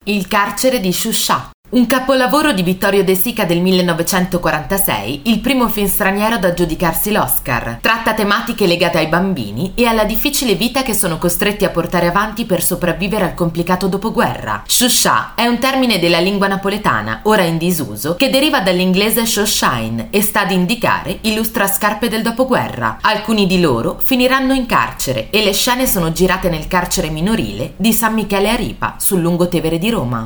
Il carcere di Sciuscià. Un capolavoro di Vittorio De Sica del 1946, il primo film straniero ad aggiudicarsi l'Oscar. Tratta tematiche legate ai bambini e alla difficile vita che sono costretti a portare avanti per sopravvivere al complicato dopoguerra. Sciuscià è un termine della lingua napoletana, ora in disuso, che deriva dall'inglese showshine e sta ad indicare i lustrascarpe del dopoguerra. Alcuni di loro finiranno in carcere e le scene sono girate nel carcere minorile di San Michele a Ripa, sul lungotevere di Roma.